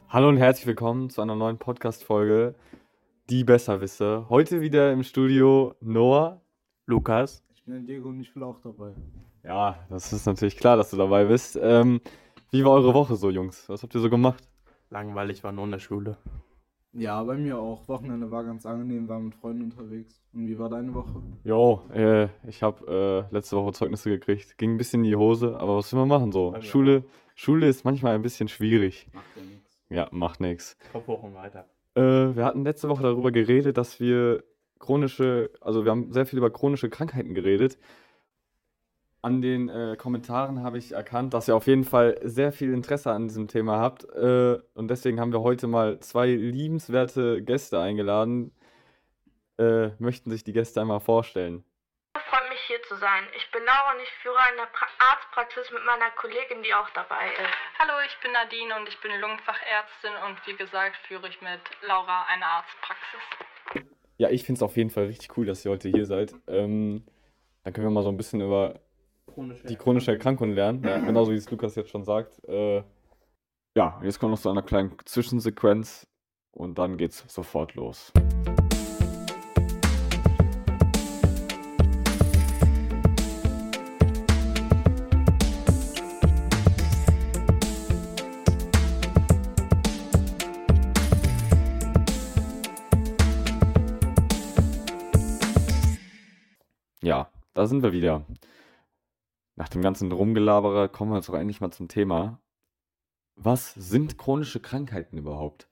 Hallo und herzlich willkommen zu einer neuen Podcast-Folge, die Besserwisser. Heute wieder im Studio Noah. Lukas. Ich bin Diego und ich bin auch dabei. Ja, das ist natürlich klar, dass du dabei bist. Wie war eure Woche so, Jungs? Was habt ihr so gemacht? Langweilig, war nur in der Schule. Ja, bei mir auch. Wochenende war ganz angenehm, war mit Freunden unterwegs. Und wie war deine Woche? Jo, ich habe letzte Woche Zeugnisse gekriegt. Ging ein bisschen in die Hose, aber was will man machen so? Bei mir Schule ist manchmal ein bisschen schwierig. Macht ja nichts. Ja, macht nichts. Kopfwochen weiter. Wir hatten letzte Woche darüber geredet, dass wir wir haben sehr viel über chronische Krankheiten geredet. An den Kommentaren habe ich erkannt, dass ihr auf jeden Fall sehr viel Interesse an diesem Thema habt. Und deswegen haben wir heute mal zwei liebenswerte Gäste eingeladen. Möchten sich die Gäste einmal vorstellen? Freut mich hier zu sein. Ich bin Laura und ich führe eine Arztpraxis mit meiner Kollegin, die auch dabei ist. Hallo, ich bin Nadine und ich bin Lungenfachärztin und wie gesagt führe ich mit Laura eine Arztpraxis. Ja, ich finde es auf jeden Fall richtig cool, dass ihr heute hier seid. Dann können wir mal so ein bisschen über die chronische Erkrankung lernen. Ja, genauso wie es Lukas jetzt schon sagt. Ja, jetzt kommt noch so eine kleine Zwischensequenz und dann geht's sofort los. Ja, da sind wir wieder. Nach dem ganzen Rumgelabere kommen wir jetzt auch endlich mal zum Thema. Was sind chronische Krankheiten überhaupt?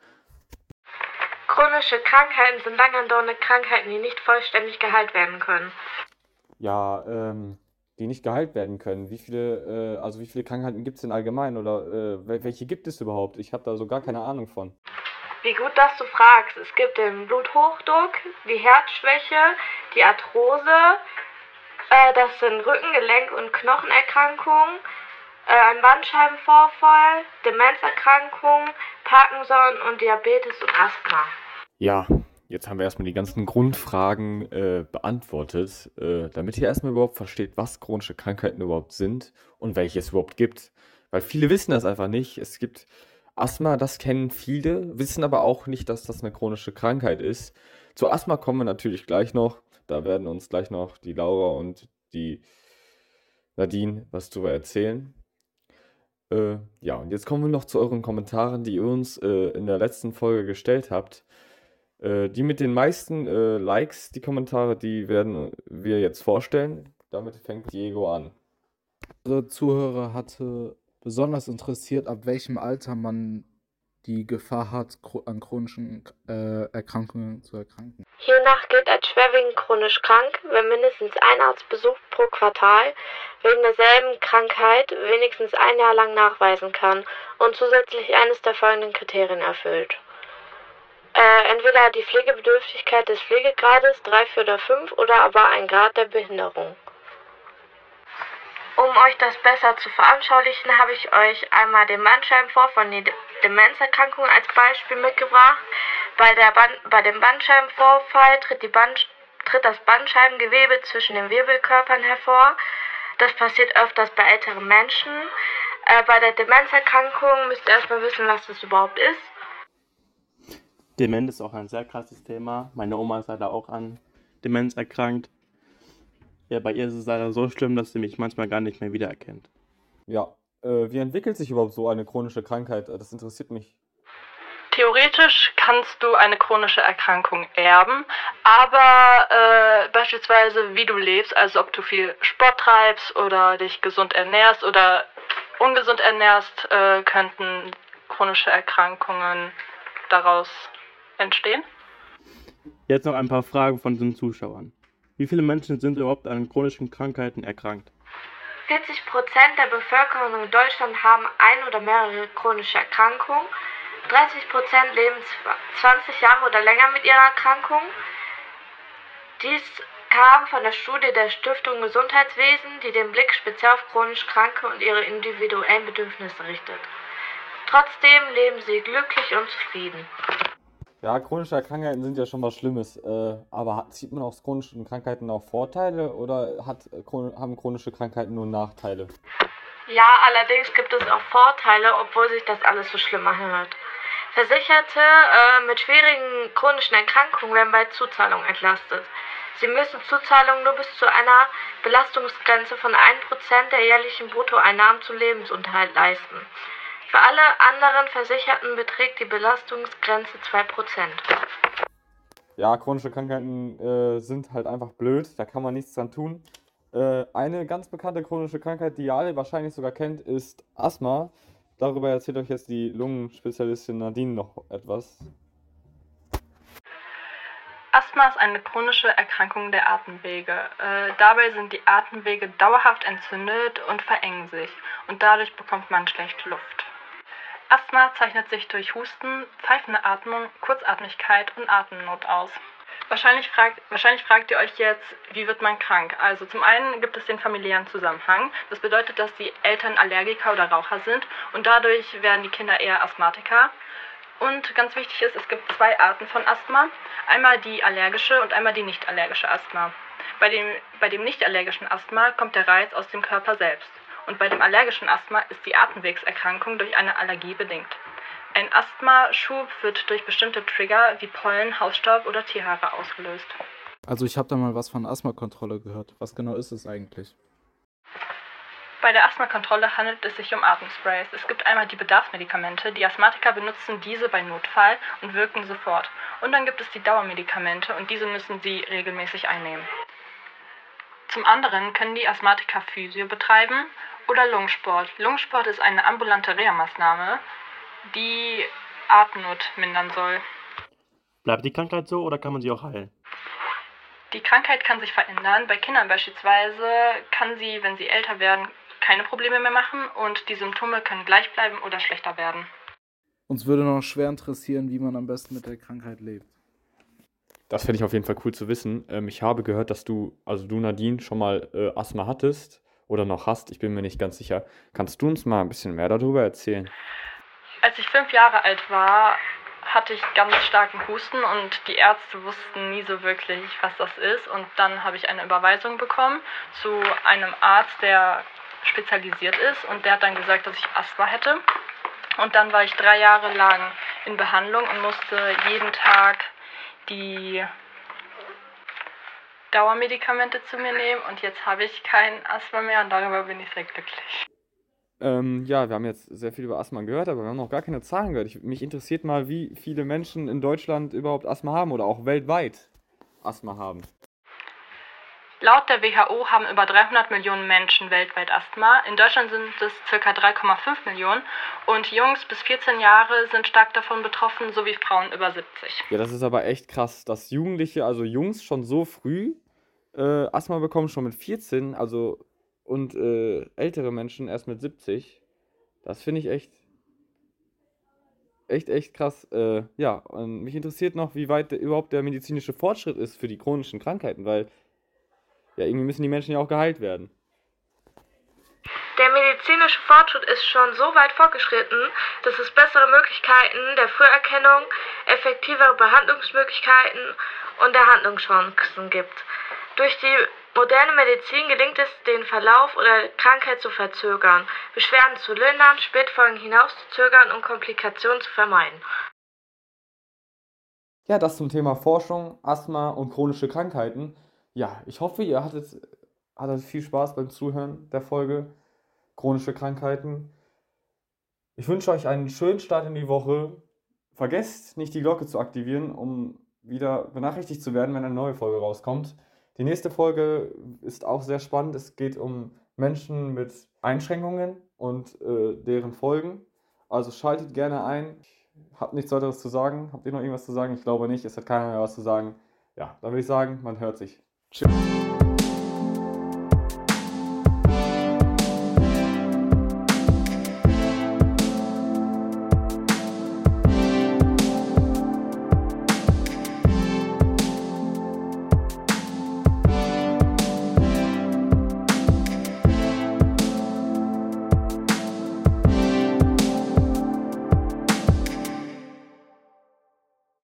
Chronische Krankheiten sind lang andauernde Krankheiten, die nicht vollständig geheilt werden können. Ja, die nicht geheilt werden können. Wie viele Krankheiten gibt es denn allgemein oder welche gibt es überhaupt? Ich habe da so gar keine Ahnung von. Wie gut, dass du fragst. Es gibt den Bluthochdruck, die Herzschwäche, die Arthrose, das sind Rücken-, Gelenk- und Knochenerkrankungen, ein Bandscheibenvorfall, Demenzerkrankungen, Parkinson und Diabetes und Asthma. Ja, jetzt haben wir erstmal die ganzen Grundfragen beantwortet, damit ihr erstmal überhaupt versteht, was chronische Krankheiten überhaupt sind und welche es überhaupt gibt. Weil viele wissen das einfach nicht. Es gibt Asthma, das kennen viele, wissen aber auch nicht, dass das eine chronische Krankheit ist. Zu Asthma kommen wir natürlich gleich noch. Da werden uns gleich noch die Laura und die Nadine was drüber erzählen. Ja, und jetzt kommen wir noch zu euren Kommentaren, die ihr uns in der letzten Folge gestellt habt. Die mit den meisten Likes, die Kommentare, die werden wir jetzt vorstellen. Damit fängt Diego an. Unsere Zuhörer hatte besonders interessiert, ab welchem Alter man die Gefahr hat, an chronischen Erkrankungen zu erkranken. Hiernach gilt als schwerwiegend chronisch krank, wenn mindestens ein Arztbesuch pro Quartal wegen derselben Krankheit wenigstens ein Jahr lang nachweisen kann und zusätzlich eines der folgenden Kriterien erfüllt. Entweder die Pflegebedürftigkeit des Pflegegrades 3, 4 oder 5 oder aber ein Grad der Behinderung. Um euch das besser zu veranschaulichen, habe ich euch einmal den Bandscheibenvorfall und die Demenzerkrankung als Beispiel mitgebracht. Bei dem Bandscheibenvorfall tritt das Bandscheibengewebe zwischen den Wirbelkörpern hervor. Das passiert öfters bei älteren Menschen. Bei der Demenzerkrankung müsst ihr erstmal wissen, was das überhaupt ist. Demenz ist auch ein sehr krasses Thema. Meine Oma ist leider auch an Demenz erkrankt. Ja, bei ihr ist es leider so schlimm, dass sie mich manchmal gar nicht mehr wiedererkennt. Ja, wie entwickelt sich überhaupt so eine chronische Krankheit? Das interessiert mich. Theoretisch kannst du eine chronische Erkrankung erben, aber beispielsweise wie du lebst, also ob du viel Sport treibst oder dich gesund ernährst oder ungesund ernährst, könnten chronische Erkrankungen daraus entstehen. Jetzt noch ein paar Fragen von den Zuschauern. Wie viele Menschen sind überhaupt an chronischen Krankheiten erkrankt? 40% der Bevölkerung in Deutschland haben ein oder mehrere chronische Erkrankungen. 30% leben 20 Jahre oder länger mit ihrer Erkrankung. Dies kam von der Studie der Stiftung Gesundheitswesen, die den Blick speziell auf chronisch Kranke und ihre individuellen Bedürfnisse richtet. Trotzdem leben sie glücklich und zufrieden. Ja, chronische Krankheiten sind ja schon was Schlimmes, aber sieht man aus chronischen Krankheiten auch Vorteile oder haben chronische Krankheiten nur Nachteile? Ja, allerdings gibt es auch Vorteile, obwohl sich das alles so schlimm anhört. Versicherte mit schwierigen chronischen Erkrankungen werden bei Zuzahlung entlastet. Sie müssen Zuzahlungen nur bis zu einer Belastungsgrenze von 1% der jährlichen Bruttoeinnahmen zum Lebensunterhalt leisten. Für alle anderen Versicherten beträgt die Belastungsgrenze 2%. Ja, chronische Krankheiten sind halt einfach blöd, da kann man nichts dran tun. Eine ganz bekannte chronische Krankheit, die ihr alle wahrscheinlich sogar kennt, ist Asthma. Darüber erzählt euch jetzt die Lungenspezialistin Nadine noch etwas. Asthma ist eine chronische Erkrankung der Atemwege. Dabei sind die Atemwege dauerhaft entzündet und verengen sich und dadurch bekommt man schlecht Luft. Asthma zeichnet sich durch Husten, pfeifende Atmung, Kurzatmigkeit und Atemnot aus. Wahrscheinlich fragt ihr euch jetzt, wie wird man krank? Also zum einen gibt es den familiären Zusammenhang. Das bedeutet, dass die Eltern Allergiker oder Raucher sind und dadurch werden die Kinder eher Asthmatiker. Und ganz wichtig ist, es gibt 2 Arten von Asthma. Einmal die allergische und einmal die nicht allergische Asthma. Bei dem nicht allergischen Asthma kommt der Reiz aus dem Körper selbst. Und bei dem allergischen Asthma ist die Atemwegserkrankung durch eine Allergie bedingt. Ein Asthmaschub wird durch bestimmte Trigger wie Pollen, Hausstaub oder Tierhaare ausgelöst. Also ich habe da mal was von Asthmakontrolle gehört. Was genau ist es eigentlich? Bei der Asthmakontrolle handelt es sich um Atemsprays. Es gibt einmal die Bedarfsmedikamente. Die Asthmatiker benutzen diese bei Notfall und wirken sofort. Und dann gibt es die Dauermedikamente und diese müssen sie regelmäßig einnehmen. Zum anderen können die Asthmatiker Physio betreiben oder Lungensport. Lungensport ist eine ambulante Reha-Maßnahme, die Atemnot mindern soll. Bleibt die Krankheit so oder kann man sie auch heilen? Die Krankheit kann sich verändern. Bei Kindern beispielsweise kann sie, wenn sie älter werden, keine Probleme mehr machen und die Symptome können gleich bleiben oder schlechter werden. Uns würde noch schwer interessieren, wie man am besten mit der Krankheit lebt. Das finde ich auf jeden Fall cool zu wissen. Ich habe gehört, dass du Nadine, schon mal Asthma hattest oder noch hast. Ich bin mir nicht ganz sicher. Kannst du uns mal ein bisschen mehr darüber erzählen? Als ich 5 Jahre alt war, hatte ich ganz starken Husten und die Ärzte wussten nie so wirklich, was das ist. Und dann habe ich eine Überweisung bekommen zu einem Arzt, der spezialisiert ist und der hat dann gesagt, dass ich Asthma hätte. Und dann war ich 3 Jahre lang in Behandlung und musste jeden Tag die Dauermedikamente zu mir nehmen und jetzt habe ich kein Asthma mehr und darüber bin ich sehr glücklich. Ja, wir haben jetzt sehr viel über Asthma gehört, aber wir haben noch gar keine Zahlen gehört. Mich interessiert mal, wie viele Menschen in Deutschland überhaupt Asthma haben oder auch weltweit Asthma haben. Laut der WHO haben über 300 Millionen Menschen weltweit Asthma. In Deutschland sind es ca. 3,5 Millionen und Jungs bis 14 Jahre sind stark davon betroffen, sowie Frauen über 70. Ja, das ist aber echt krass, dass Jugendliche, also Jungs, schon so früh Asthma bekommen, schon mit 14, also und ältere Menschen erst mit 70. Das finde ich echt krass. Ja, und mich interessiert noch, wie weit überhaupt der medizinische Fortschritt ist für die chronischen Krankheiten, weil ja, irgendwie müssen die Menschen ja auch geheilt werden. Der medizinische Fortschritt ist schon so weit fortgeschritten, dass es bessere Möglichkeiten der Früherkennung, effektivere Behandlungsmöglichkeiten und der Handlungschancen gibt. Durch die moderne Medizin gelingt es, den Verlauf oder Krankheit zu verzögern, Beschwerden zu lindern, Spätfolgen hinauszuzögern und Komplikationen zu vermeiden. Ja, das zum Thema Forschung, Asthma und chronische Krankheiten. Ja, ich hoffe, ihr hattet viel Spaß beim Zuhören der Folge chronische Krankheiten. Ich wünsche euch einen schönen Start in die Woche. Vergesst nicht, die Glocke zu aktivieren, um wieder benachrichtigt zu werden, wenn eine neue Folge rauskommt. Die nächste Folge ist auch sehr spannend. Es geht um Menschen mit Einschränkungen und deren Folgen. Also schaltet gerne ein. Ich habe nichts weiteres zu sagen. Habt ihr noch irgendwas zu sagen? Ich glaube nicht. Es hat keiner mehr was zu sagen. Ja, dann würde ich sagen, man hört sich. Tschüss.